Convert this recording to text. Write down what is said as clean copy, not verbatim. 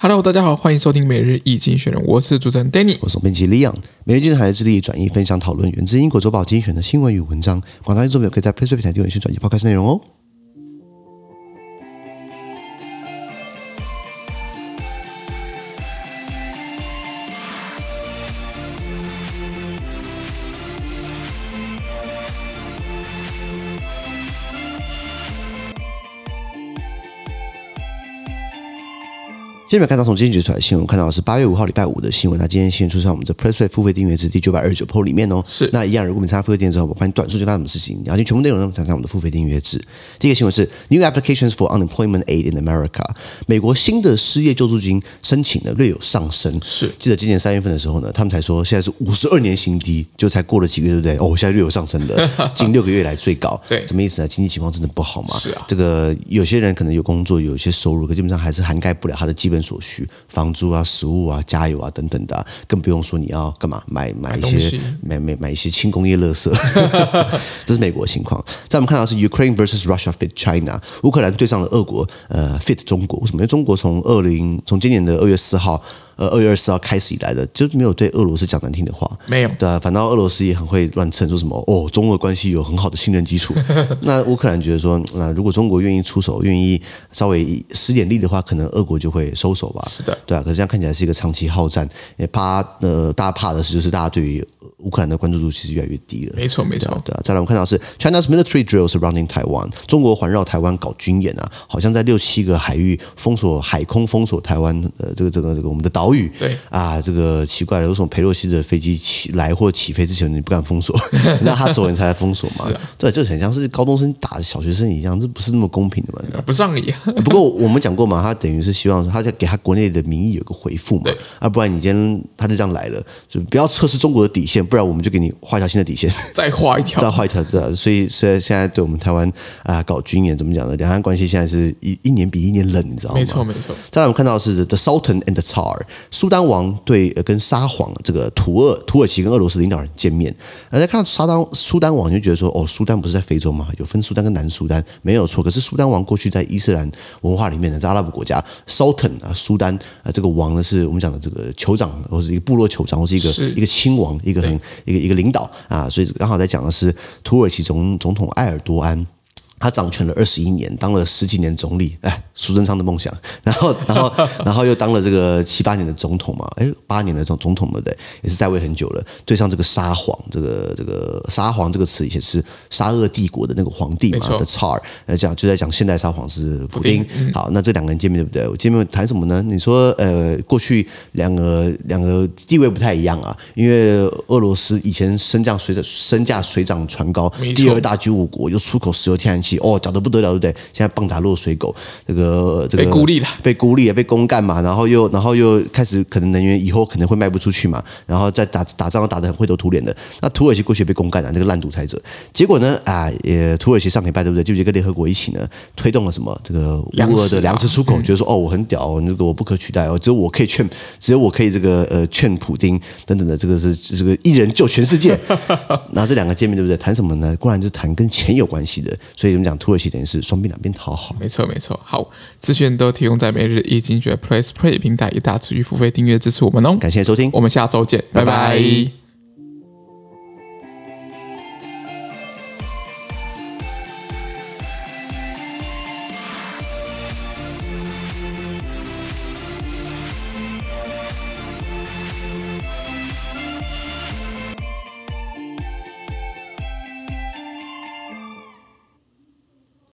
Hello， 大家好，欢迎收听每日易经选人，我是主持人 Danny， 我是编辑 Leon。每日经济台致力转译分享讨论源自英国周报精选的新闻与文章。广大听众朋友可以在 PressPlay 平台订阅新转译 Podcast 内容哦。今天没有看到从今天举出来的新闻，看到的是8月5号礼拜五的新闻。那今天新闻出现在我们的 PressPlay 付费订阅制第929 PO 里面哦。 是。 那一样，如果你参加付费订阅之后，我发现短数据发生什么事情，你要听全部内容，参加我们的付费订阅制。第一个新闻是 New applications for unemployment aid in America， 美国新的失业救助金申请呢略有上升。 是。 记得今年3月份的时候呢，他们才说现在是52年新低，就才过了几个月，对不对？哦，现在略有上升了，近6个月来最高。 对。 什么意思呢？经济情况真的不好嘛？ 是啊。 这个有些人可能有工作，有一些收入，可基本上还是涵盖不了他的基本所需。房租啊、食物啊、加油啊等等的、更不用说你要干嘛买一些买一些轻工业垃圾，这是美国的情况。在我们看到是 Ukraine versus Russia fit China， 乌克兰对上了俄国fit 中国。为什么？因为中国从今年的2月4号。2月24号开始以来的，就没有对俄罗斯讲难听的话， 没有， 对啊，反倒俄罗斯也很会乱蹭，说什么中俄关系有很好的信任基础。那乌克兰觉得说，那如果中国愿意出手，愿意稍微施点力的话，可能俄国就会收手吧。 是的， 对啊，可是这样看起来是一个长期好战，也大家怕的是，就是大家对于乌克兰的关注度其实越来越低了。 没错，没错。 对啊，再来我们看到是 China's military drills surrounding Taiwan， 中国环绕台湾搞军演啊，好像在6-7个海域海空封锁台湾这个我们的岛屿。 对啊，这个奇怪了，为什么裴洛西的飞机来或起飞之前你不敢封锁？那他走人才来封锁嘛？对，这很像是高中生打小学生一样，这不是那么公平的嘛？ 不上理。 不过我们讲过嘛，他等于是希望他在给他国内的民意有个回复嘛，不然你今天他就这样来了，就不要测试中国的底线，不然我们就给你画一条新的底线， 再画一条， 所以现在对我们台湾搞军演怎么讲呢？两岸关系现在是一年比一年冷，你知道吗？ 没错，没错。 再来我们看到的是 The Sultan and the Tsar， 苏丹王对跟沙皇这个土耳其跟俄罗斯领导人见面，在看到苏丹王，你就觉得说，苏丹不是在非洲吗？有分苏丹跟南苏丹，没有错。可是苏丹王过去在伊斯兰文化里面呢，在阿拉伯国家 ，Sultan 苏丹这个王呢是我们讲的这个酋长，或是一个部落酋长，或是一个亲王，一个领导啊。所以刚好在讲的是土耳其总统埃尔多安。他掌权了21年，当了10几年总理，苏贞昌的梦想。然后又当了这个7-8年的总统嘛，8年的总统对不对？也是在位很久了。对上这个沙皇，这个沙皇这个词以前是沙俄帝国的那个皇帝嘛的 Tsar， 就在讲现代沙皇是普丁。好，那这两个人见面对不对？见面谈什么呢？你说过去两个地位不太一样啊，因为俄罗斯以前身价水涨船高，第2大军武国，又出口石油天然气。讲得不得了，对不对？现在棒打落水狗，这个被孤立了， 被公干嘛，然后又开始可能能源以后可能会卖不出去嘛，然后再打仗打得很灰头土脸的。那土耳其过去也被公干了，这个烂独裁者。结果呢土耳其上礼拜对不对？就跟联合国一起呢推动了什么这个乌俄的粮食出口，觉得说我很屌，那个我不可取代只有我可以这个劝普丁等等的，这个是这个一人救全世界。然后这两个见面对不对？谈什么呢？固然就是谈跟钱有关系的，所以我们讲土耳其等于是双边两边讨好。 没错，没错。好，资讯都提供在每日易经学 PressPlay 平台，也大家持续付费订阅支持我们哦。 感谢收听， 我们下周见，拜拜。